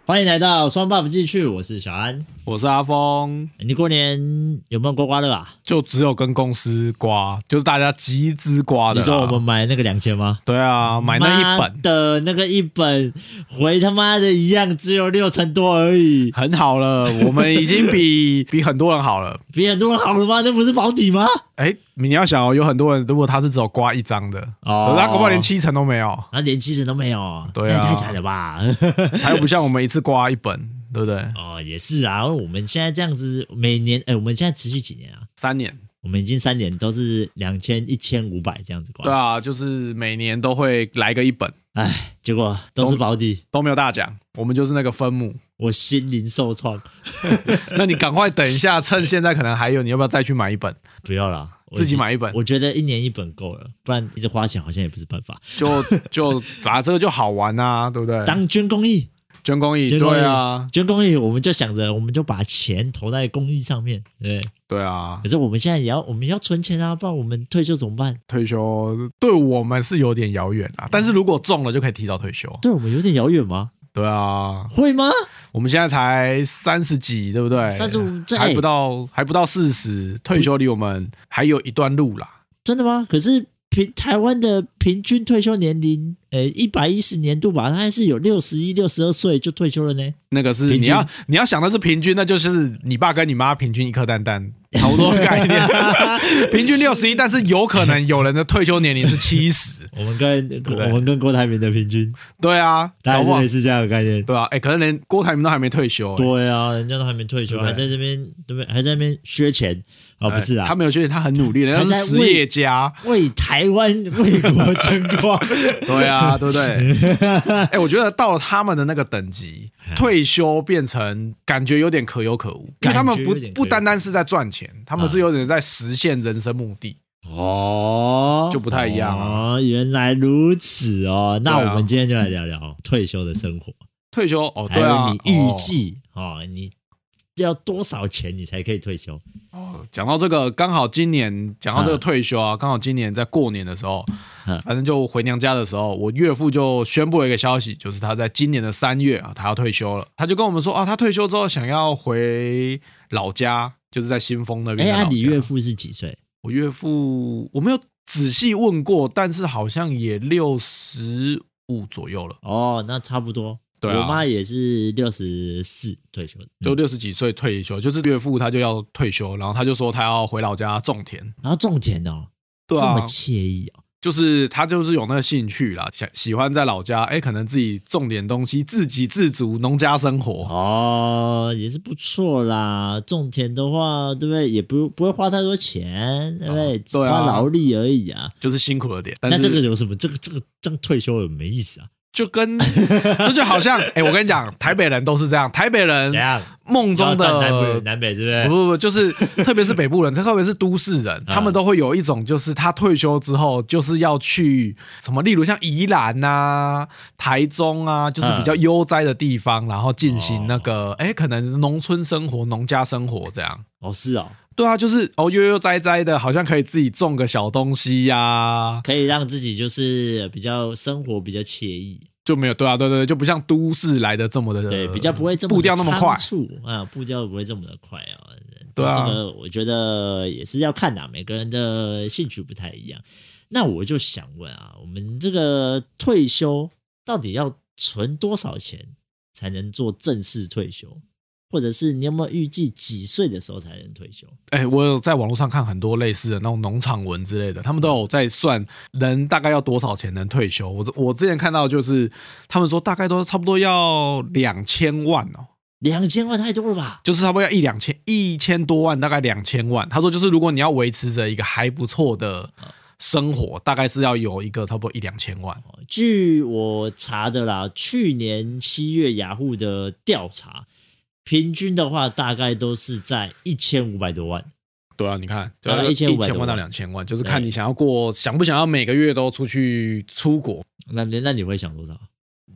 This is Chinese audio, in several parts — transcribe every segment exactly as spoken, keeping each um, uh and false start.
欢迎来到双 buff 继续，我是小安， 我是阿峰。 你过年有没有刮刮乐啊？ 就只有跟公司刮，就是大家集资刮的啦。 你说我们买那个两千吗？ 对啊，买那一本的那个一本回他妈的一样，只有六成多而已， 很好了，我们已经比比很多人好了， 比很多人好了吗？那不是保底吗？ 哎，你要想哦，有很多人如果他是只有刮一张的，哦，他搞不好连七成都没有， 他连七成都没有， 对啊， 那太惨了吧？ 还有不像我们一次刮一本，对不对？ 哦，也是啊，我们现在这样子，每年，哎，我们现在持续几年啊？ 三年。 我们已经三年都是两千、一千五百这样子刮。 对啊，就是每年都会来个一本， 哎，结果都是保底， 都没有大奖，我们就是那个分母， 我心灵受创。 那你赶快等一下，趁现在可能还有，你要不要再去买一本？ 不要啦， 自己买一本。 我觉得一年一本够了，不然一直花钱好像也不是办法。 就就啊，这个就好玩啊，对不对？ 当捐公益。 捐公益，对啊， 捐公益，我们就想着，我们就把钱投在公益上面，对对啊。 可是我们现在也要，我们要存钱啊，不然我们退休怎么办？ 退休对我们是有点遥远啦，但是如果中了就可以提早退休。 对我们有点遥远吗？ 对啊， 会吗？ 我们现在才三十几，对不对？ 三十五， 还不到，还不到四十，退休离我们还有一段路啦。 真的吗？可是平台湾的平均退休年龄，呃，一百一十年度吧，它还是有六十一、六十二岁就退休了呢。 那个是你要你要想的是平均，那就是你爸跟你妈平均一颗蛋蛋，差不多的概念。平均六十一，但是有可能有人的退休年龄是七十。 我们跟我们跟郭台铭的平均， 对啊， 大概是类似这样的概念。 对啊，哎，可能连郭台铭都还没退休。欸。 对啊，人家都还没退休，还在这边对不对？还在那边削钱。哦，不是啊， 他没有削钱，他很努力，人家是实业家， 为台湾为国争光。 对啊，对不对？哎，我觉得到了他们的那个等级，退休变成感觉有点可有可无，因为他们不不单单是在赚钱，他们是有点在实现人生目的。 哦， 就不太一样啊！ 哦，原来如此哦。那我们今天就来聊聊退休的生活。 退休哦，对啊， 你预计哦，你要多少钱你才可以退休？ 哦，讲到这个，刚好今年讲到这个退休啊，刚好今年在过年的时候，反正就回娘家的时候，我岳父就宣布了一个消息，就是他在今年的三月啊，他要退休了。他就跟我们说啊，他退休之后想要回老家，就是在新丰那边。 哎，你岳父是几岁？ 我岳父我没有仔细问过，但是好像也六十五左右了。 哦，那差不多。对啊，我妈也是六十四退休的， 就六十几岁退休，就是岳父他就要退休，然后他就说他要回老家种田， 然后种田哦， 对啊， 这么惬意哦。 就是他就是有那个兴趣啦，喜喜欢在老家，哎，可能自己种点东西，自给自足，农家生活哦，也是不错啦。种田的话，对不对？也不不会花太多钱，对不对？哦对啊，花劳力而已啊， 就是辛苦了点。 那这个有什么？这个这个这样退休有没意思啊？ 就跟这就好像，哎，我跟你讲，台北人都是这样，台北人梦中的南北南北，对不对？ 不不不，就是特别是北部人，特别是都市人，他们都会有一种，就是他退休之后，就是要去什么，例如像宜兰啊、台中啊，就是比较悠哉的地方，然后进行那个，哎，可能农村生活、农家生活这样。 哦，是哦。 对啊，就是哦悠悠哉哉的，好像可以自己种个小东西呀、啊， 可以让自己就是比较生活比较惬意， 就没有对啊对对，就不像都市来的这么的对，比较不会这么步调那么快啊，步调不会这么的快啊。 对啊， 这个我觉得也是要看的，每个人的兴趣不太一样。那我就想问啊，我们这个退休到底要存多少钱才能做正式退休？或者是你有没有预计几岁的时候才能退休？ 哎、欸，我有在网络上看很多类似的那种农场文之类的，他们都有在算人大概要多少钱能退休。我我之前看到就是他们说大概都差不多要两千万哦， 两千万太多了吧？ 就是差不多要一两千一千多万，大概两千万。他说就是如果你要维持着一个还不错的生活，大概是要有一个差不多一两千万。 据我查的啦，去年七月雅虎的调查。平均的话，大概都是在一千五百多万。 对啊，你看， 大概一千五百万到两千万，就是看你想要过，想不想要每个月都出去出国。 那那你会想多少？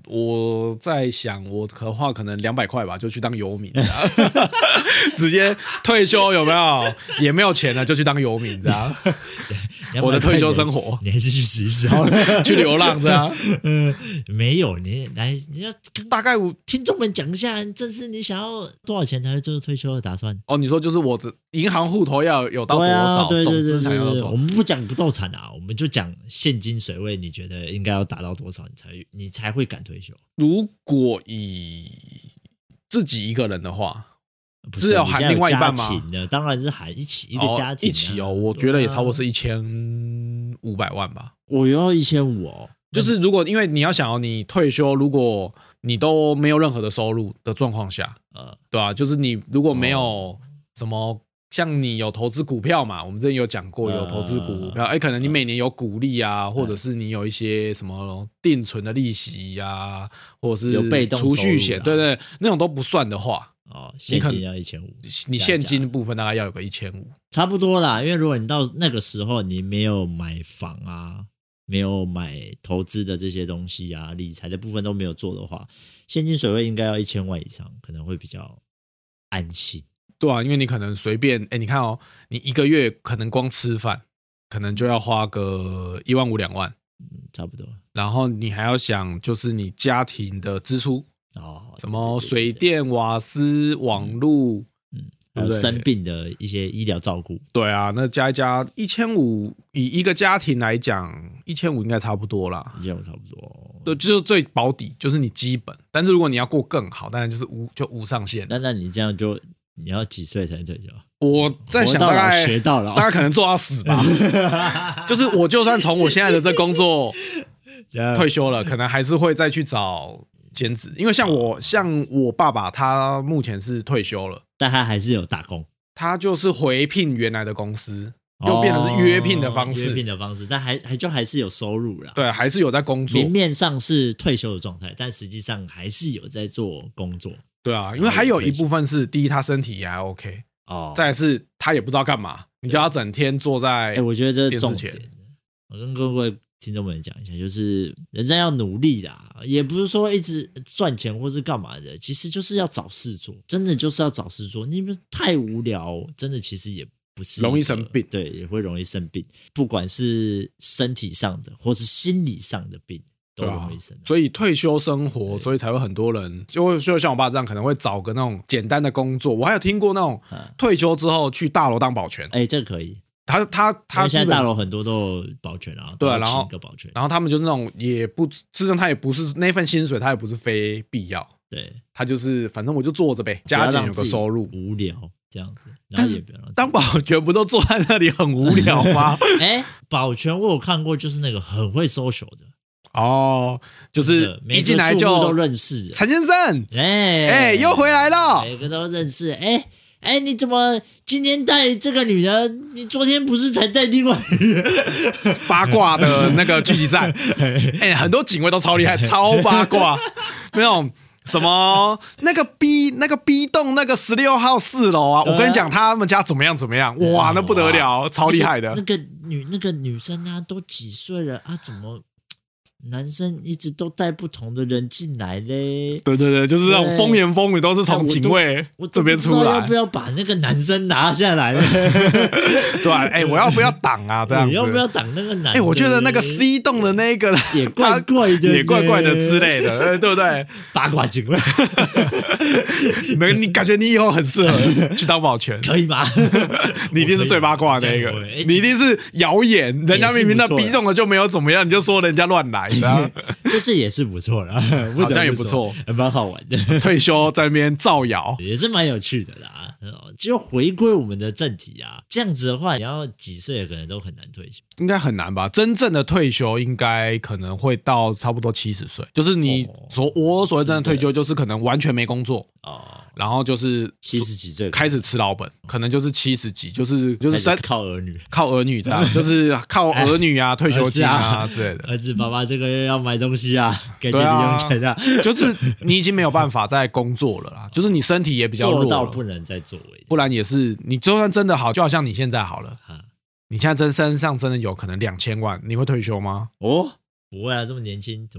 我在想，我的话可能两百块吧，就去当游民，直接退休有没有？也没有钱了，就去当游民这样。我的退休生活， 你还是去试一试好了， 去流浪这样。 嗯，没有，你来，你要跟大概听众们讲一下，这是你想要多少钱才会做退休的打算？ 哦，你说就是我的银行户头要有到多少， 对啊、 总资产要到多少？ 我们不讲不动产啊，我们就讲现金水位，你觉得应该要达到多少，你才你才会敢退休？ 如果以自己一个人的话， 不是要含另外一半吗？ 当然是含一起一个家庭、啊哦、一起哦，我觉得也差不多是一千五百万吧。 我要一千五哦， 就是如果因为你要想哦，你退休，如果你都没有任何的收入的状况下，呃，对啊，就是你如果没有什么。哦像你有投资股票嘛？我们之前有讲过，有投资股票，哎、欸，可能你每年有股利啊，呃、或者是你有一些什么定存的利息呀、啊，或者是有被动储蓄险，对对，那种都不算的话， 哦，现金要一千五， 你现金部分大概要有个一千五， 差不多啦。因为如果你到那个时候你没有买房啊，没有买投资的这些东西啊，理财的部分都没有做的话，现金水位应该要一千万以上，可能会比较安心。 对啊，因为你可能随便，哎，你看哦，你一个月可能光吃饭，可能就要花个一万五两万， 嗯，差不多。然后你还要想，就是你家庭的支出哦，什么水电、瓦斯、网路， 嗯，还有生病的一些医疗照顾。 对啊，那加一加一千五，以一个家庭来讲，一千五应该差不多啦。 一千五差不多， 对，就是最保底，就是你基本。但是如果你要过更好，当然就是无就无上限。 那那你这样就。你要几岁才能退休？ 我在想大概学到了， 大概可能做到死吧。就是我就算从我现在的这工作退休了，可能还是会再去找兼职，因为像我像我爸爸，他目前是退休了， 但他还是有打工， 他就是回聘原来的公司，又变成是约聘的方式， 约聘的方式，但还还就还是有收入啦。 对，还是有在工作， 明面上是退休的状态，但实际上还是有在做工作。 对啊，因为还有一部分是第一，他身体也还 OK 哦，再来是他也不知道干嘛，你叫他整天坐在， 哎，我觉得这是重点。我跟各位听众们讲一下，就是人生要努力啦，也不是说一直赚钱或是干嘛的，其实就是要找事做，真的就是要找事做。你们太无聊，真的其实也不是容易生病， 对，也会容易生病，不管是身体上的或是心理上的病。都容易生、啊， 所以退休生活，所以才会很多人就就像我爸这样，可能会找个那种简单的工作。我还有听过那种退休之后去大楼当保全， 哎、欸，这个可以。 他他他现在大楼很多都有保全啊， 对，然后一个保全， 然后他们就是那种也不，事实上他也不是那份薪水，他也不是非必要， 对， 他就是反正我就坐着呗，家境有个收入， 无聊这样子。但是当保全不都坐在那里很无聊吗？ 哎、欸，保全我有看过，就是那个很会 social 的。 哦，就是一进来就都认识陈先生， 哎哎，又回来了， 每个都认识。哎哎，你怎么今天带这个女的？你昨天不是才带另外一个八卦的那个聚集站？哎，很多警卫都超厉害，超八卦，那种什么那个 B 那个 B 栋那个十六号四楼啊，我跟你讲，他们家怎么样怎么样，哇，那不得了，超厉害的。 那个女那个女生啊，都几岁了啊？怎么？男生一直都带不同的人进来嘞， 对对对，就是那种风言风语都是从警卫这边出来。 要不要把那个男生拿下来？ 对啊，哎，我要不要挡啊？这样子， 你要不要挡那个男？ 哎，我觉得那个 C 栋的那个也怪怪的， 也怪怪的之类的，对不对？ 八卦警卫， 没你感觉你以后很适合去当保全， 可以吗？ 你一定是最八卦的那个，你一定是谣言，人家明明那 B 栋的就没有怎么样，你就说人家乱来。 这这也是不错啦， 好像也不错， 蛮好玩的。 退休在那边造谣也是蛮有趣的啦。就回归我们的正题啊，这样子的话，你要几岁可能都很难退休， 应该很难吧？真正的退休应该可能会到差不多七十岁，就是你所我所谓真的退休，就是可能完全没工作哦。然后就是七十几岁开始吃老本，可能就是七十几，就是就是生靠儿女， 靠儿女这样，就是靠儿女啊、退休金啊之类的。 儿子，爸爸这个月要买东西啊，给弟弟用钱啊， 就是你已经没有办法再工作了啦，就是你身体也比较弱了， 做到不能再作为， 不然也是你就算真的好，就好像你现在好了，你现在真身上真的有可能两千万，你会退休吗？ 哦，不会啊，这么年轻怎么会？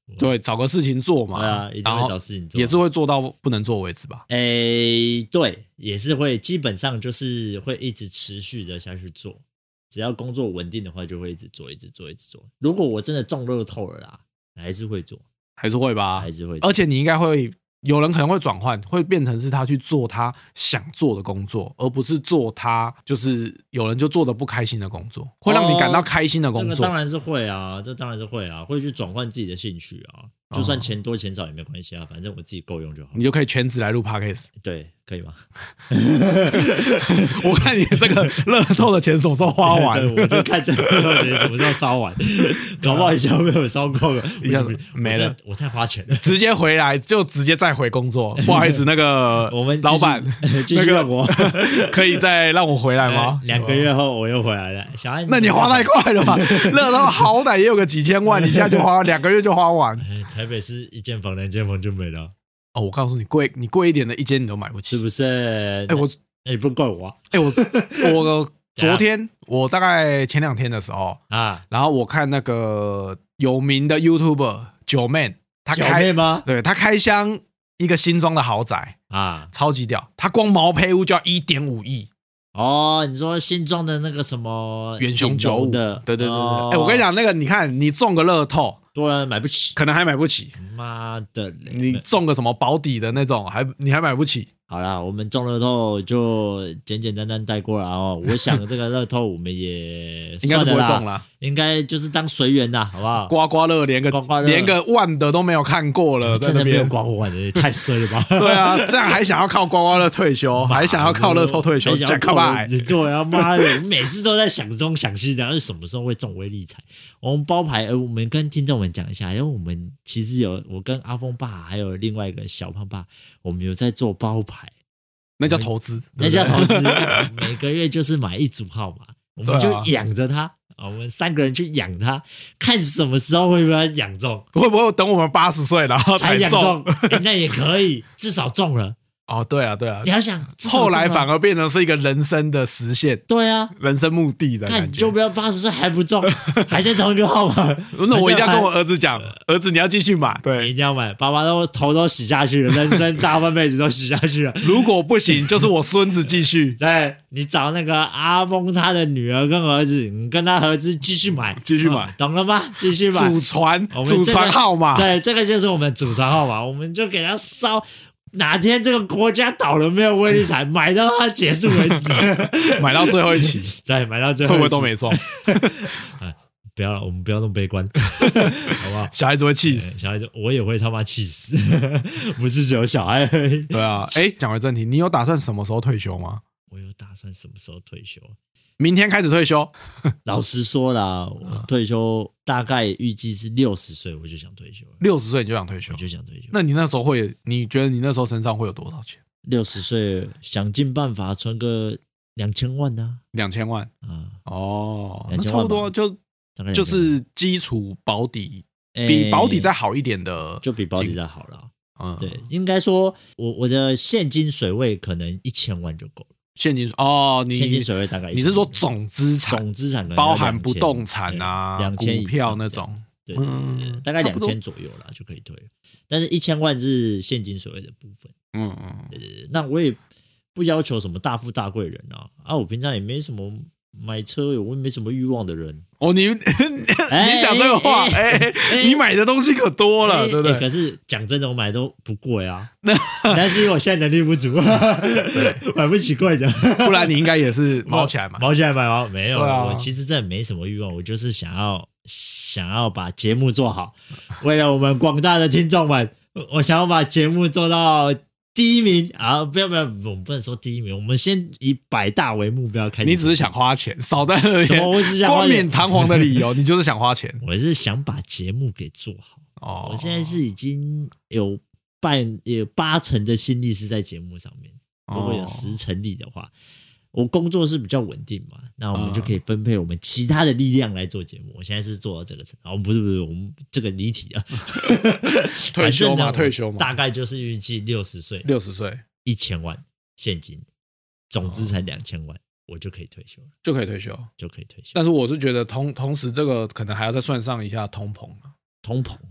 对，找个事情做嘛， 对啊，一定会找事情做， 也是会做到不能做为止吧？ 诶，对，也是会，基本上就是会一直持续的下去做。只要工作稳定的话，就会一直做，一直做，一直做。如果我真的中乐透了啦，还是会做， 还是会吧， 还是会做。 而且你应该会，有人可能会转换，会变成是他去做他想做的工作，而不是做他就是有人就做的不开心的工作，会让你感到开心的工作。 哦、这个当然是会啊，这当然是会啊，会去转换自己的兴趣啊。就算钱多钱少也没关系啊，反正我自己够用就好。 你就可以全职来录 podcast， 对，可以吗？ 我看你这个乐透的钱什么时候花完？ 对，我就看这个乐透的钱什么时候烧完，搞不好一下没有烧够了， 一下没了， 我太花钱了， 直接回来就直接再回工作。不好意思，那个我们老板， 那个我可以再让我回来吗？ 两个月后我又回来了，小安， 那你花太快了吧？乐透好歹也有个几千万，一下就花两个月就花完。 台北市一间房两间房就没了。 哦，我告诉你，贵你贵一点的一间你都买不起， 是不是？ 哎，我那你不怪我啊？ 哎，我我昨天我大概前两天的时候啊，然后我看那个有名的 YouTuber 九妹，他开吗？ 对，他开箱一个新装的豪宅啊，超级屌，他光毛坯屋就要一点五亿。 哦，你说新装的那个什么远雄九五的， 对对对对，哎、哦欸，我跟你讲，那个你看，你中个乐透， 多人买不起， 可能还买不起。 妈的嘞， 你中个什么保底的那种，还你还买不起。 好啦，我们中乐透就简简单单带过了哦。我想这个乐透我们也应该是不会中啦， 应该就是当随缘啦，好不好？ 刮刮乐连个刮刮乐连个万的都没有看过了， 真的没有刮过万的，太衰了吧？ 对啊，这样还想要靠刮刮乐退休，还想要靠乐透退休，讲靠吧？ 对啊，妈的，每次都在想东想西的，什么时候会中威力彩？我们包牌，呃，我们跟听众们讲一下，因为我们其实有我跟阿峰爸还有另外一个小胖爸，我们有在做包牌。 那叫投资， 那叫投资。每个月就是买一组号码，我们就养着它。我们三个人去养它，看什么时候会被它养中。 会不会等我们八十岁然后才养中？那也可以，至少中了。 哦，对啊，对啊， 你要想， 后来反而变成是一个人生的实现， 对啊， 人生目的的感觉。 看，就不要八十岁还不中，还在同一个号码。 那我一定要跟我儿子讲，儿子你要继续买，对， 一定要买，爸爸都头都洗下去了，人生大半辈子都洗下去了。 如果不行，就是我孙子继续。 对，你找那个阿峰他的女儿跟儿子，你跟他儿子继续买， 继续买， 懂了吗？继续买， 祖传，祖传号码， 对，这个就是我们祖传号码，我们就给他烧。哪天这个国家倒了没有威力彩，买到它结束为止， 买到最后一期， 对，买到最后一期会不会都没中？ 不要了，我们不要那么悲观，好不好？ 小孩子会气死， 小孩子我也会他妈气死，不是只有小孩而已。 对啊，哎，讲回正题，你有打算什么时候退休吗？ 我有打算什么时候退休？ 明天开始退休。 老实说啦，我退休大概预计是六十岁，我就想退休了。 六十岁你就想退休？ 我就想退休。 那你那时候会？你觉得你那时候身上会有多少钱？ 六十岁想尽办法存个两千万呢、啊？ 两千万啊？哦，那差不多就就是基础保底，比保底再好一点的， 就比保底再好了。嗯，对，应该说我我的现金水位可能一千万就够了。 现金哦，你现金水位大概你是说总资产， 总资产包含不动产啊、 两千股票那种， 对对对，大概两千左右啦就可以退。但是一千万是现金水位的部分，嗯嗯，对对对。那我也不要求什么大富大贵人啊，啊，我平常也没什么买车，我也没什么欲望的人。 哦，你你讲这个话，哎，你买的东西可多了，对不对？ 可是讲真的，我买都不贵啊，但是因为我现在能力不足，买不起贵的。 不然你应该也是毛起来买， 毛起来买吗？没有，我其实真的没什么欲望，我就是想要想要把节目做好，为了我们广大的听众们，我想要把节目做到第一名啊！不要不要，我们不能说第一名，我们先以百大为目标开始。 你只是想花钱，少在那边我只想冠冕堂皇的理由，你就是想花钱。 我是想把节目给做好。哦，我现在是已经有半有八成的心力是在节目上面，如果有十成力的话。我工作是比较稳定嘛，那我们就可以分配我们其他的力量来做节目。我现在是做到这个程度，哦，不是不是，我们这个离题了。 退休嘛，退休嘛， 大概就是预计六十岁， 六十岁一千万现金，总资产两千万，我就可以退休了， 就可以退休， 就可以退休。 但是我是觉得同同时这个可能还要再算上一下通膨啊， 通膨。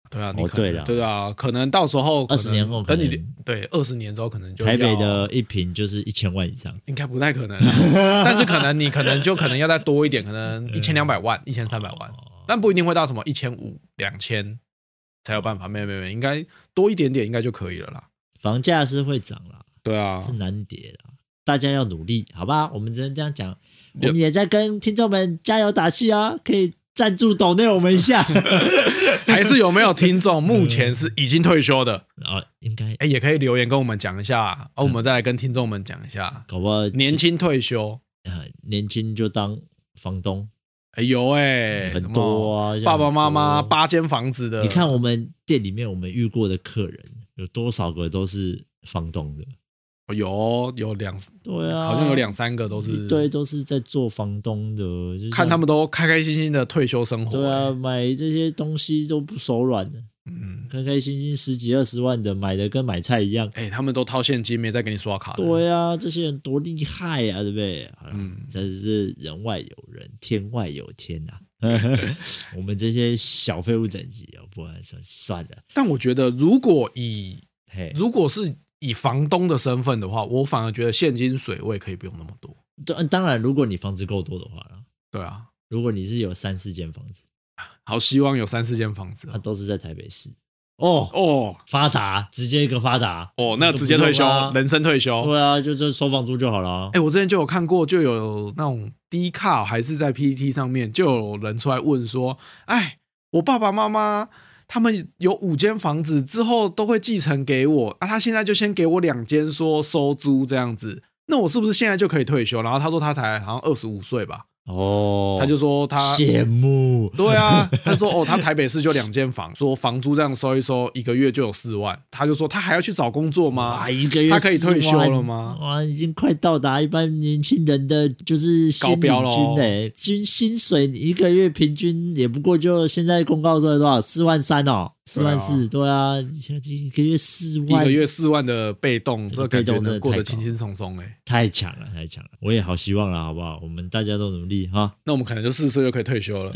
对啊，你哦，对了， 对啊，可能到时候二十年后， 等你对二十年之后，可能就台北的一坪就是一千万以上， 应该不太可能，但是可能你可能就可能要再多一点，可能一千两百万、一千三百万，但不一定会到什么一千五、两千才有办法。没有没有没有，应该多一点点应该就可以了啦。 房价是会涨啦， 对啊， 是难跌啦，大家要努力，好吧？我们只能这样讲，我们也在跟听众们加油打气啊，可以赞助抖内我们一下。 还是有没有听众目前是已经退休的？ 哦，应该哎，也可以留言跟我们讲一下，啊，我们再来跟听众们讲一下， 搞不好年轻退休， 呃，年轻就当房东， 哎有哎， 很多啊， 爸爸妈妈八间房子的， 你看我们店里面我们遇过的客人，有多少个都是房东的？ 有有两， 对啊， 好像有两三个都是， 一堆都是在做房东的，就看他们都开开心心的退休生活。 对啊，买这些东西都不手软的，嗯，开开心心十几二十万的买的跟买菜一样。 哎、欸，他们都掏现金，没再给你刷卡的。 对啊，这些人多厉害啊，对不对？嗯，真是人外有人，天外有天呐、啊。我们这些小废物等级哦，不然算算了。 但我觉得，如果以如果是以房东的身份的话，我反而觉得现金水位可以不用那么多。 对，当然，如果你房子够多的话啦。 对啊， 如果你是有三四间房子， 好希望有三四间房子、哦， 它都是在台北市。哦哦， 发达，直接一个发达哦，那直接退休，人生退休。 对啊，就就收房租就好了。 哎、欸，我之前就有看过，就有那种 D 卡还是在 P T T 上面，就有人出来问说：“哎，我爸爸妈妈。”他们有五间房子，之后都会继承给我啊。他现在就先给我两间，说收租这样子。那我是不是现在就可以退休？然后他说他才好像二十五岁吧。 哦， 他就说他羡慕。 对啊，他说哦，他台北市就两间房，说房租这样收一收，一个月就有四万。他就说他还要去找工作吗？ 哇，一个月他可以退休了吗？ 哇，已经快到达一般年轻人的就是高标了。均嘞，均薪水一个月平均也不过就现在公告说多少四万三哦。四万四，对啊，现在一个月四万， 一个月四万的被动，这感觉能过得轻轻松松哎， 太强了，太强了！我也好希望了，好不好？我们大家都努力哈。 那我们可能就四十岁就可以退休了，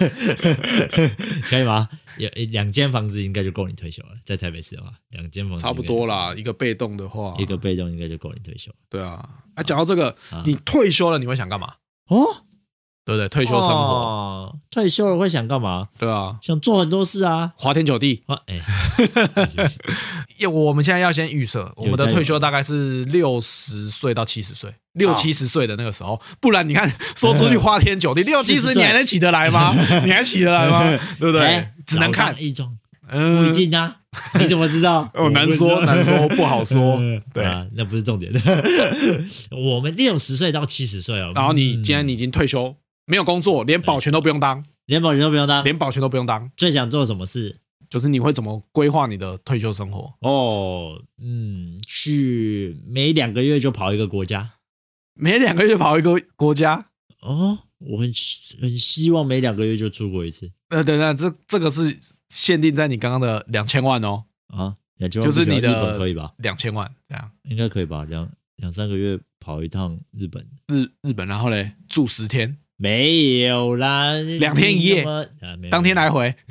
可以吗？有两间房子应该就够你退休了，在台北市的话，两间房子差不多啦。一个被动的话， 一个被动应该就够你退休。 对啊，啊，讲到这个，你退休了你会想干嘛？ 哦。 对不对？退休生活、 哦，退休了会想干嘛？ 对啊， 想做很多事啊， 花天酒地。 啊，哎， 我们现在要先预设，我们的退休大概是六十岁到七十岁，六七十岁的那个时候，不然你看说出去花天酒地，六七十你还能起得来吗？你还起得来吗？对不对？欸、只能看一种，不一定啊。你怎么知道？ 哦，难说，难说，不好说。对啊，那不是重点。我们六十岁到七十岁哦， 然后你既然你已经退休。没有工作，连保全都不用当， 连保全都不用当， 连保全都不用当。 最想做什么事？ 就是你会怎么规划你的退休生活？ 哦，嗯，去每两个月就跑一个国家， 每两个月跑一个国家。 哦，我很很希望每两个月就出国一次。 呃，等等，这这个是限定在你刚刚的两千万哦。 啊，两千万就是你的日本可以吧？ 两千万这样应该可以吧？两两三个月跑一趟日本， 日日本，然后嘞住十天。 没有啦， 两天一夜， 啊、 当天来回，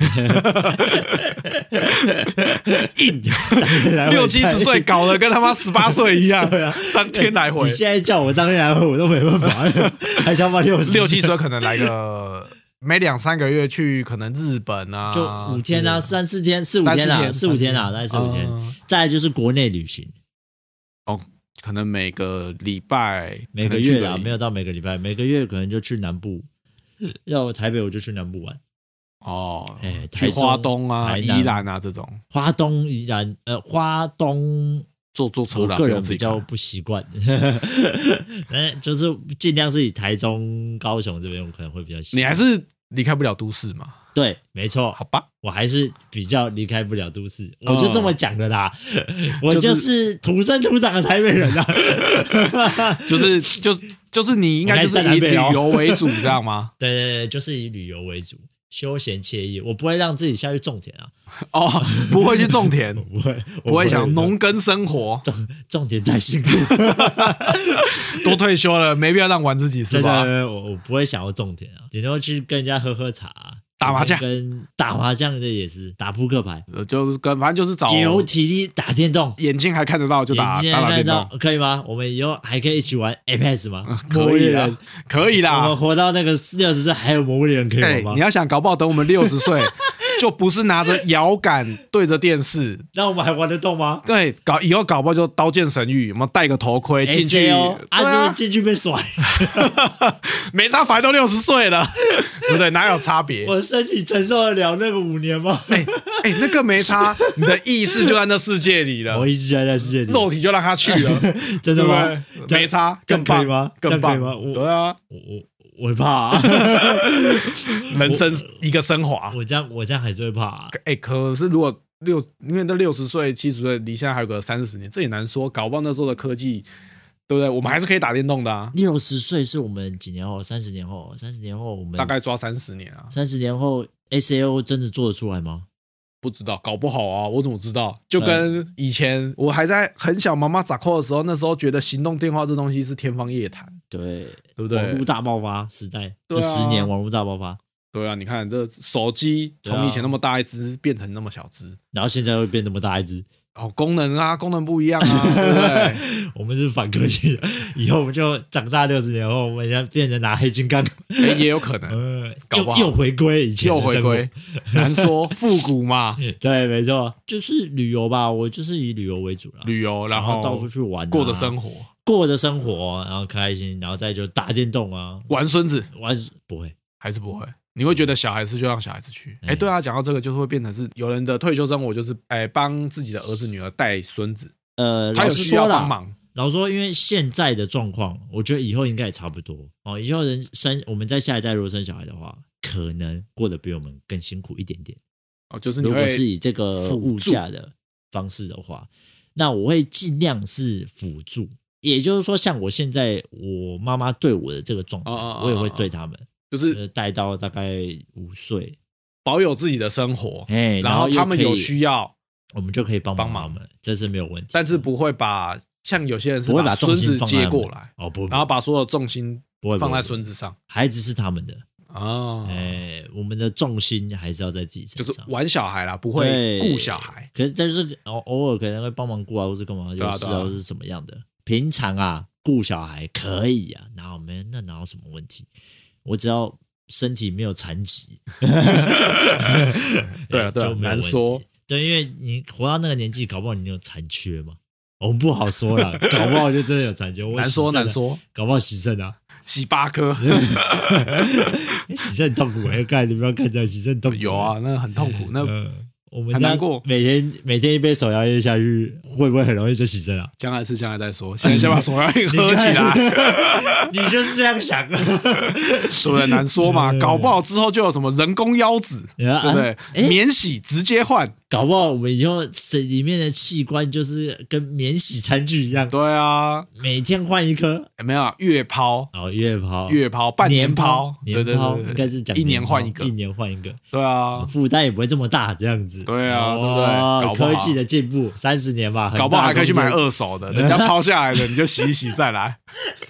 硬六七十岁搞得跟他妈十八岁一样，啊、当天来回。 你现在叫我当天来回，我都没办法，还他妈六十六七岁可能来个每两三个月去，可能日本啊， 就五天啊，三四天，四五天啊，四五天啊，大概四五天。嗯、再来就是国内旅行， 哦。可能每个礼拜、 每个月啦，没有到每个礼拜，每个月可能就去南部。要我台北我就去南部玩。 哦， 哎， 去花东啊、宜兰啊这种。 花东、宜兰，呃，花东坐坐车啦， 我个人比较不习惯。就是尽量是以台中、高雄这边，我可能会比较习惯。 你还是离开不了都市嘛？ 对，没错， 好吧， 我还是比较离开不了都市，我就这么讲的啦。我就是土生土长的台北人啊， 就是就是就是你应该就是以旅游为主，这样吗？ 对对对，就是以旅游为主，休闲惬意，我不会让自己下去种田啊。 哦，不会去种田， 不会， 不会想农耕生活， 种种田太辛苦， 都退休了，没必要让玩自己是吧？ 对对对，我我不会想要种田啊，顶多去跟人家喝喝茶、啊。 打麻将跟打麻将的也是打扑克牌， 呃就是跟反正就是找有体力打电动， 眼睛还看得到就打眼睛打打电还看得到， 动， 可以吗？我们以后还可以一起玩 Apex 吗？ 可以啦啦， 可以我们啦。 活到那个六十岁还有魔物猎人可以哎玩吗？ 你要想，搞不好等我们六十岁，就不是拿着摇杆对着电视， 那我们还玩得动吗对，搞以后搞不好就刀剑神域，我们戴个头盔进去， ？S A O 对啊， 啊就，进去被甩， 没差，反正都六十岁了，对不对？哪有差别？ 我身体承受得了那个五年吗？ 哎哎，那个没差，你的意识就在那世界里了我，一直还在世界里， 肉体就让他去了， 真的吗？ 对不对没差， 这样更棒可以吗？这更棒样可以吗？我对啊， 我我我会怕啊， 人生一个升华。 我这样我这样还是会怕啊。 哎，可是如果六，因为那六十岁、七十岁，离现在还有个三十年，这也难说，搞不好那时候的科技，对不对？我们还是可以打电动的啊， 六十岁是我们几年后？三十年后？三十年后我们大概抓三十年啊， 三十年后 S A O 真的做得出来吗？ 不知道，搞不好啊，我怎么知道？就跟以前我还在很小妈妈咋扣的时候，那时候觉得行动电话这东西是天方夜谭， 对， 对不对？ 网络大爆发时代， 对啊这十年网络大爆发， 对啊，你看这手机从以前那么大一只变成那么小只， 然后现在会变那么大一只， 哦，功能啊，功能不一样啊，对不对？ 我们是反科技的，以后我们就长大六十年后，我们要变成拿黑金刚， 欸也有可能， 呃， 搞不好又又回归以前的又回生活归，难说，复古嘛， 对，没错，就是旅游吧，我就是以旅游为主啦， 旅游，然后想要到处去玩啊， 过着生活， 过着生活，然后开心，然后再就打电动啊， 玩孙子玩不会， 还是不会。你会觉得小孩子就让小孩子去，哎、 哎对啊，讲到这个，就是会变成是有人的退休生活，就是哎帮自己的儿子女儿带孙子， 呃， 他有需老实说啦， 要帮忙， 老实说，因为现在的状况，我觉得以后应该也差不多哦。以后人生，我们在下一代如果生小孩的话，可能过得比我们更辛苦一点点。 哦，就是你如果会是以这个辅助物价的方式的话，那我会尽量是辅助。也就是说，像我现在我妈妈对我的这个状态， 哦哦哦我也会对他们， 就是呃带到大概五岁， 保有自己的生活， 哎， 然后又他们有可以需要， 我们就可以帮忙帮忙他们，这是没有问题。 但是不会把像有些人是不会把重孙子心放在他们接过来， 哦，不， 然后把所有重心不会放在不会孙子上孩子是他们的， 哦， 哎，我们的重心还是要在自己身上， 就是玩小孩啦，不会对顾小孩。 可是但是偶偶尔可能会帮忙顾啊，或是干嘛，有事对啊对啊啊，或是怎么样的。平常啊，顾小孩可以啊，哪有没那哪有什么问题？我只要身体没有残疾， 对啊对啊就没有问题难说。 对，因为你活到那个年纪，搞不好你有残缺嘛。我们不好说了，搞不好就真的有残缺。我难说洗肾了难，说， 搞不好洗肾啊， 洗八颗欸洗肾很痛苦哎，刚才你不要看这样洗肾很痛苦。 有啊，那很痛苦，那嗯，我们家很难过每天每天一杯手摇饮下去，会不会很容易就洗肾啊？ 将来是将来再说，现在先把手摇饮喝起来， 你就是这样想， 对不对？难说嘛，搞不好之后就有什么人工腰子， 对对不对？ 欸免洗直接换， 搞不好我们以后身里面的器官就是跟免洗餐具一样， 对啊， 每天换一颗， 有没有月抛、 哦，月抛、 月抛、半年抛，对年抛， 对对， 应该是讲一年抛换一个一，年换一个， 对啊， 负担也不会这么大，这样子。 对啊对不对哦搞不好科技的进步，三十年吧，很大搞不好还可以去买空间二手的，人家抛下来的你就洗一洗再来。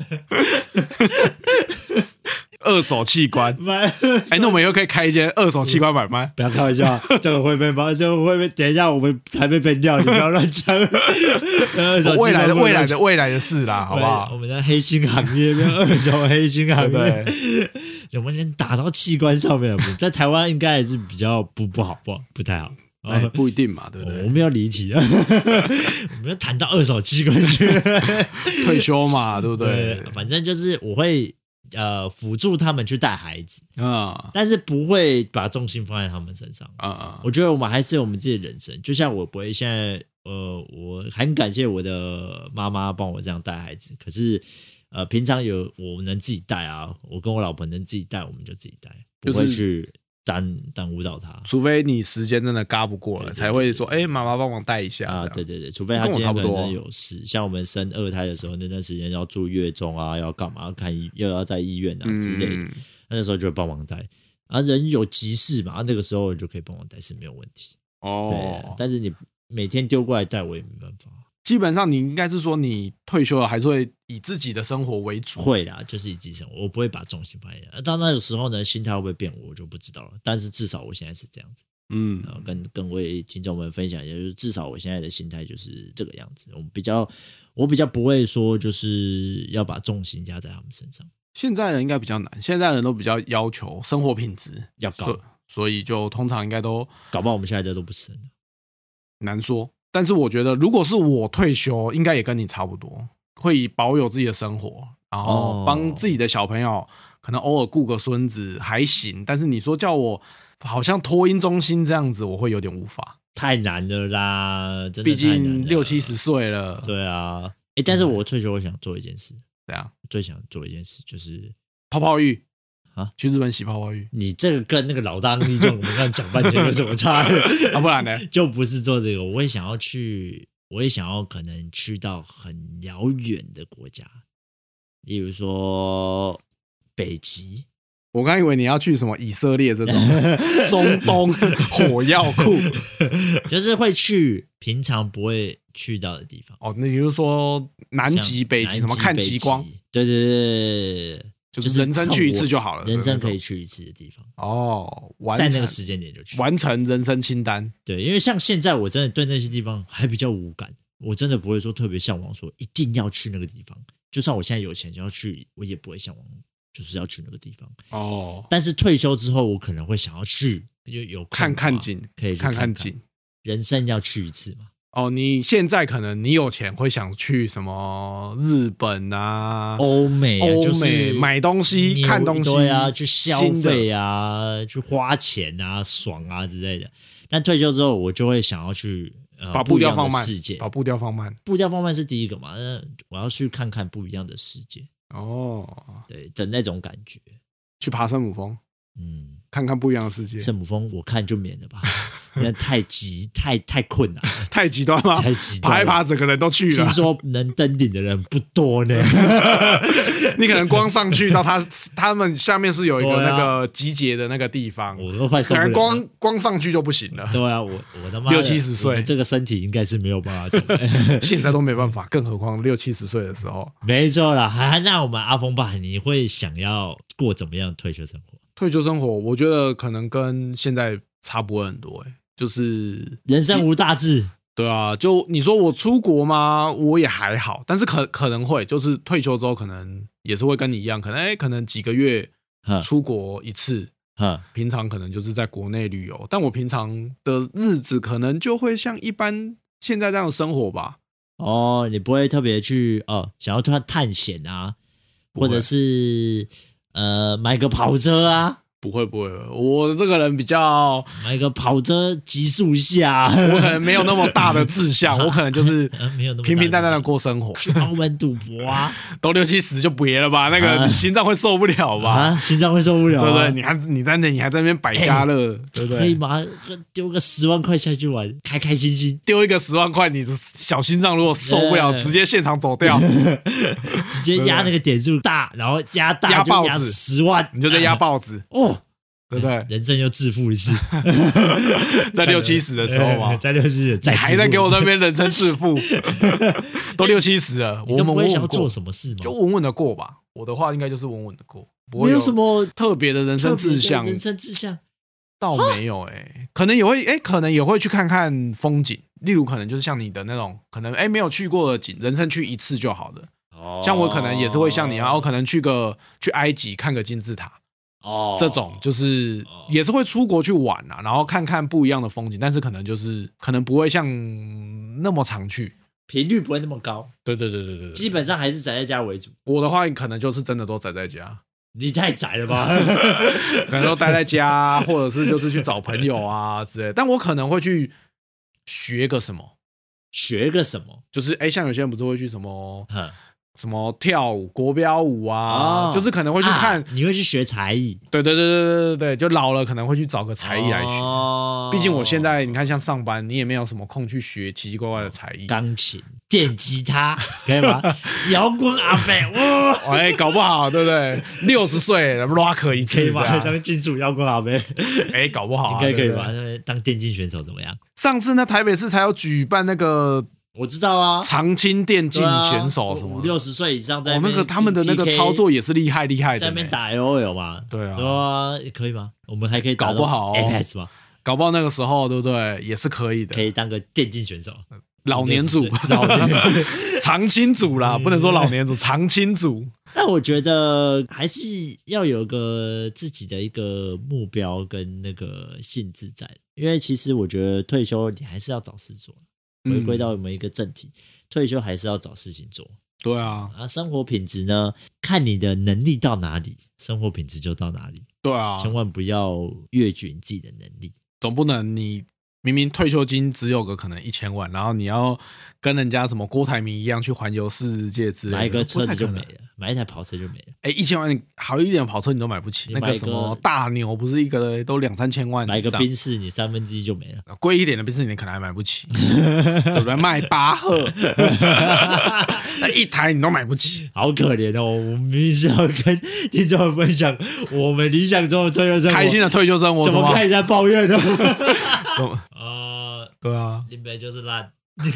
二手器官， 买。 哎，那我们以后可以开一间二手器官买卖。 不要开玩笑，这个会被帮，这个会被等一下我们还被编掉，你不要乱讲。 未来的未来的未来的事啦，好不我好？ 们的黑心行业变二手黑心行对业，有没有人打到器官上面？在台湾应该还是比较不不好，不好不太好。 哎，不一定嘛，对不对？ 哦我们要离题了，我们要谈到二手器官去。 退休嘛，对不对？ 对，反正就是我会呃辅助他们去带孩子， 啊但是不会把重心放在他们身上。 啊啊！ 我觉得我们还是有我们自己的人生，就像我不会现在呃，我很感谢我的妈妈帮我这样带孩子，可是呃，平常有我能自己带啊，我跟我老婆能自己带，我们就自己带，不会去耽耽误到她。 除非你时间真的嘎不过了， 对对对才会说，哎，妈妈帮忙带一下啊， 这样对对对，除非她今天可能真的有事，像我们生二胎的时候，那段时间要住月中啊，要干嘛，要看医，又要在医院啊之类的， 嗯那时候就会帮忙带。啊，人有急事嘛，那个时候就可以帮忙带是没有问题。对啊哦，， 但是你每天丢过来带，我也没办法。 基本上你应该是说你退休了还是会以自己的生活为主。 会啦，就是以自己生活，我不会把重心放在那。到那个时候呢，心态会不会变，我就不知道了。但是至少我现在是这样子。嗯，然后跟各位听众们分享一下，就是至少我现在的心态就是这个样子。我们比较，我比较不会说就是要把重心压在他们身上。 现在人应该比较难，现在人都比较要求生活品质要高， 所, 所以就通常应该都搞不好我们现在的都不是难说。但是我觉得，如果是我退休，应该也跟你差不多，会保有自己的生活，然后帮自己的小朋友，哦、可能偶尔顾个孙子还行。但是你说叫我好像托婴中心这样子，我会有点无法， 太难了啦！真的毕竟六七十岁了。 对啊，欸、但是我退休，我想做一件事。 怎样？ 最想做一件事就是泡泡浴。 啊， 去日本洗泡泡浴， 你这个跟那个老大逆转，我们刚刚讲半天有什么差？ 啊，不然呢？ 就不是做这个，我也想要去，我也想要可能去到很遥远的国家，例如说北极。 我刚以为你要去什么以色列这种中东火药库， 就是会去平常不会去到的地方。 哦，那也就是说南极、北极，什么看极光？ 对对对对。 就是人生去一次就好了， 人生可以去一次的地方哦， 在那个时间点就去完成人生清单。 对，因为像现在我真的对那些地方还比较无感，我真的不会说特别向往说一定要去那个地方。就算我现在有钱就要去，我也不会向往就是要去那个地方哦。但是退休之后，我可能会想要去，有有看看景， 可以去看看景。 人生要去一次嘛。 哦，你现在可能你有钱会想去什么日本啊、 欧美、啊、 欧美、 就是、 买东西、看东西， 对啊，去消费啊，去花钱啊、爽啊之类的。但退休之后，我就会想要去、呃、 把步调放慢， 世界， 把步调放慢， 步调放慢是第一个嘛。那我要去看看不一样的世界哦，对的那种感觉， 去爬圣母峰，嗯。看看不一样的世界。 圣母峰我看就免了吧，那太极太太困难了， 太极端吗？ 太极端， 爬一爬整个人都去了。 听说能登顶的人不多呢。 你可能光上去到他他们下面是有一个那个集结的那个地方， 我都快受不了了。 可能光光上去就不行了。 对啊，我我他妈六七十岁， 这个身体应该是没有办法的。 现在都没办法，更何况六七十岁的时候。 没错啦，还那我们阿峰爸，你会想要过怎么样的退休生活？ 退休生活，我觉得可能跟现在差不多很多、欸，就是人生无大志。 对啊，就你说我出国吗？我也还好，但是可可能会，就是退休之后可能也是会跟你一样，可能哎、欸，可能几个月出国一次，平常可能就是在国内旅游，但我平常的日子可能就会像一般现在这样的生活吧。 哦，你不会特别去哦，想要探探险啊，或者是。呃，买个跑车啊？ 不会不会，我这个人比较买个跑车急速下， 我可能没有那么大的志向，我可能就是平平淡淡的过生活。 去澳门赌博啊， 都六七十就别了吧，那个你心脏会受不了吧？ 啊，心脏会受不了、啊， 对不对？你还你在那，你还在那边百家乐，欸、对不对？ 可以吗？丢个十万块下去玩，开开心心。 丢一个十万块，你的小心脏如果受不了，直接现场走掉， 直接压那个点数大，然后压大压豹子十万， 你就在压豹子哦。对不对？ 人生又致富一次， 在六七十的时候嘛， 在六七十， 你还在给我那边人生致富，都六七十了， 我们不会想要做什么事吗？ 就稳稳的过吧。我的话应该就是稳稳的过，不会有什么特别的人生志向。 人生志向倒没有哎、欸，可能也会哎、欸，可能也会去看看风景，例如可能就是像你的那种，可能哎、欸、没有去过的景，人生去一次就好了。哦，像我可能也是会像你，然后可能去个去埃及看个金字塔。哦，这种就是也是会出国去玩啊，然后看看不一样的风景，但是可能就是可能不会像那么常去， 频率不会那么高。 对对对对 对, 对， 基本上还是宅在家为主。 我的话可能就是真的都宅在家。 你太宅了吧？ 可能都待在家，或者是就是去找朋友啊之类的。但我可能会去学个什么， 学个什么， 就是哎、欸，像有些人不是会去什么。什么跳舞、国标舞啊、哦，就是可能会去看、 啊，你会去学才艺。 对对对对对对对，就老了可能会去找个才艺来学。哦，毕竟我现在你看，像上班，你也没有什么空去学奇奇怪怪的才艺， 钢琴、电吉他，可以吗？摇滚阿伯，哇！ 哎，搞不好对不对？六十岁 rock 一次， 可以吗？当金属摇滚阿伯， 哎，搞不好、 啊、应该可以吧？当电竞选手怎么样？ 上次呢，台北市才有举办那个。 我知道啊， 长青电竞选手什么五六十岁以上在那边、 哦、那个他们的那个操作也是厉害厉害的， 在那边打 L O L 嘛， 对啊， 对啊，可以吗？我们还可以搞不好 Apex 吗？ 搞不好那个时候对不对，也是可以的， 可以当个电竞选手， 老年组， 老年长青组啦，不能说老年组，长青组。 但我觉得还是要有个自己的一个目标跟那个性质在，因为其实我觉得退休你还是要找事做。回归到我们一个正题，嗯、退休还是要找事情做。 对啊， 啊，生活品质呢，看你的能力到哪里，生活品质就到哪里。 对啊， 千万不要越矩自己的能力， 总不能你明明退休金只有个可能一千万，然后你要跟人家什么郭台铭一样去环游世界之类的， 买一个车子就没了，买一台跑车就没了。 哎，一千万好一点的跑车你都买不起，那个什么大牛不是一个都两三千万， 买一个宾士你三分之一就没了， 贵一点的宾士你可能还买不起，对不对？迈巴赫，那一台你都买不起， 好可怜哦！我们明明是要跟听众们分享我们理想中的退休生活， 开心的退休生活， 怎么开始在抱怨呢？ 怎么？ 呃， 对啊， 林北就是烂。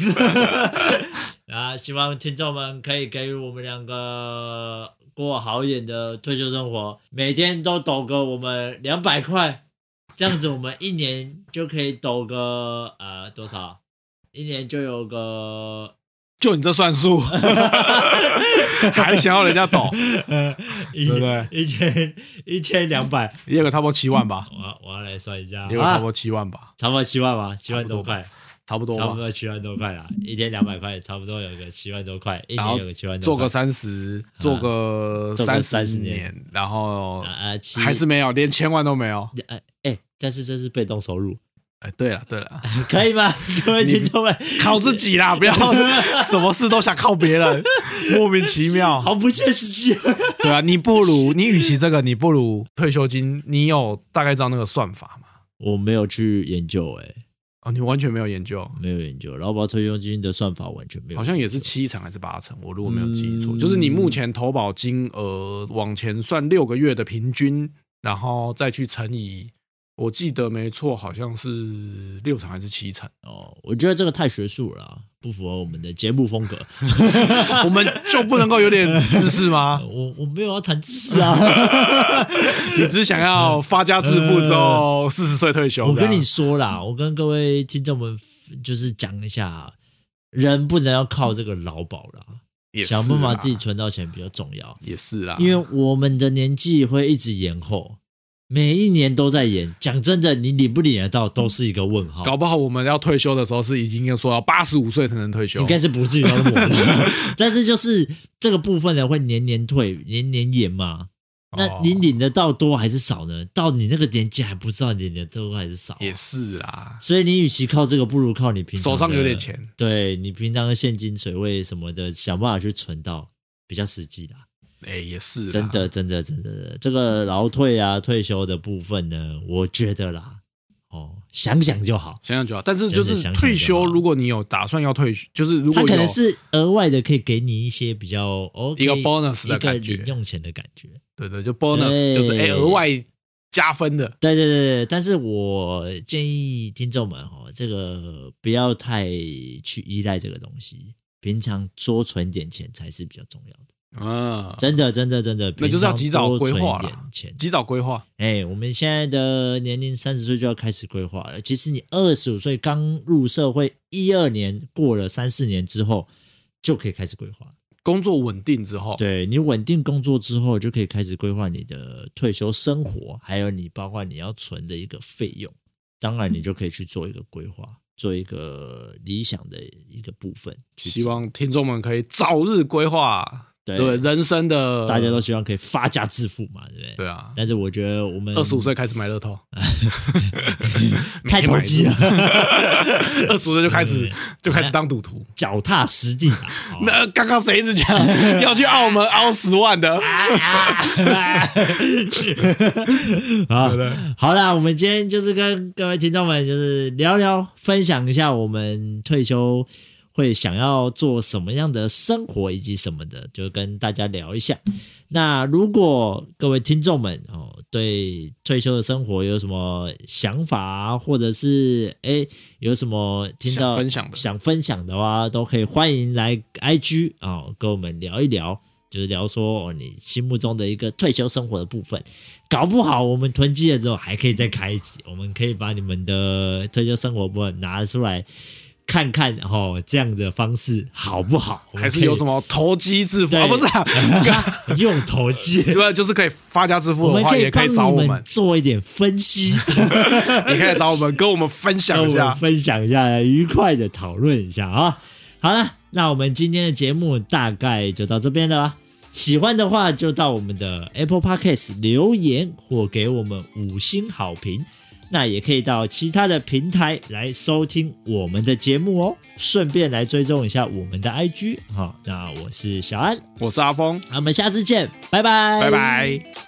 啊，希望听众们可以给予我们两个过好一点的退休生活，每天都抖个我们两百块，这样子我们一年就可以抖个呃多少？一年就有个， 就你这算数，还想要人家抖，对不对？ 一天一天两百， 也有个差不多七万吧。 我要我要来算一下， 也有差不多七万吧， 差不多七万吧，七万多块。 差不多， 差不多七万多块啦，一天两百块，差不多有个七万多块，一年有个七万多块， 做个三十，做个三十年，然后呃还是没有，连千万都没有。 哎哎，但是这是被动收入。 哎，对了对了， 可以吗？各位听众们， 靠自己啦，不要什么事都想靠别人，莫名其妙， 好不切实际。 对啊，你不如你与其这个，你不如退休金，你有大概知道那个算法吗？ 我没有去研究、欸，哎。 哦，你完全没有研究， 没有研究，劳保退休金的算法完全没有， 好像也是七成还是八成，我如果没有记错，嗯、就是你目前投保金额往前算六个月的平均，然后再去乘以，我记得没错，好像是六成还是七成。 哦，我觉得这个太学术了啦，不符合我们的节目风格。 我们就不能够有点知识吗？ 我我没有要谈知识啊， 你只想要发家致富之后四十岁退休。 我跟你说啦，我跟各位听众们就是讲一下，人不能要靠这个劳保啦，想办法自己存到钱比较重要。 也是啦， 因为我们的年纪会一直延后。每一年都在演，讲真的，你领不领得到都是一个问号。 搞不好我们要退休的时候是已经要说要八十五岁才能退休， 应该是不至于到那么但是就是这个部分呢，会年年退，年年延嘛。那你领得到多还是少呢？到你那个年纪还不知道你领得多还是少、啊。 也是啦， 所以你与其靠这个，不如靠你平常手上有点钱， 对你平常的现金水位什么的，想办法去存到比较实际啦。 哎、欸，也是真的，真的，真的，这个劳退啊、退休的部分呢，我觉得啦，哦，想想就好， 想想就好。但是就是退休，如果你有打算要退休，就是如果有他可能是额外的，可以给你一些比较 OK 一个 bonus 的感觉， 一个零用钱的感觉。 对对，就 bonus 就是哎额外加分的。 对对对对，但是我建议听众们哦，这个不要太去依赖这个东西，平常多存点钱才是比较重要的。 啊， 真的，真的，真的， 那就是要及早规划了，及早规划。 哎、欸，我们现在的年龄三十岁就要开始规划了。其实你二十五岁刚入社会，一二年过了三四年之后，就可以开始规划。 工作稳定之后， 对你稳定工作之后，就可以开始规划你的退休生活，还有你包括你要存的一个费用。当然，你就可以去做一个规划。做一个理想的一个部分， 希望听众们可以早日规划。对, 对人生的， 大家都希望可以发家致富嘛，对不对？ 对啊。 但是我觉得我们二十五岁开始买乐透， 太投机了。 二十五岁就开始就开始当赌徒， 脚踏实地啊。 那刚刚谁一直讲要去澳门凹十万的？ 好，好啦，我们今天就是跟各位听众们就是聊聊，分享一下我们退休会想要做什么样的生活以及什么的，就跟大家聊一下。那如果各位听众们哦，对退休的生活有什么想法啊，或者是哎有什么听到想分享的想分享的话，都可以欢迎来 I G 哦，跟我们聊一聊，就是聊说、哦、你心目中的一个退休生活的部分。搞不好我们囤积了之后还可以再开一集，我们可以把你们的退休生活部分拿出来看看哦，这样的方式好不好？ 还是有什么投机致富啊？不是啊， 用投机， 对，就是可以发家致富的话，也可以找我们做一点分析， 也可以找我们跟我们分享一下， 分享一下，愉快的讨论一下啊。好了，那我们今天的节目大概就到这边了吧。喜欢的话就到我们的 Apple Podcast 留言或给我们五星好评。那也可以到其他的平台来收听我们的节目哦，顺便来追踪一下我们的 I G。好，那我是小安， 我是阿峰， 那我们下次见，拜拜， 拜拜。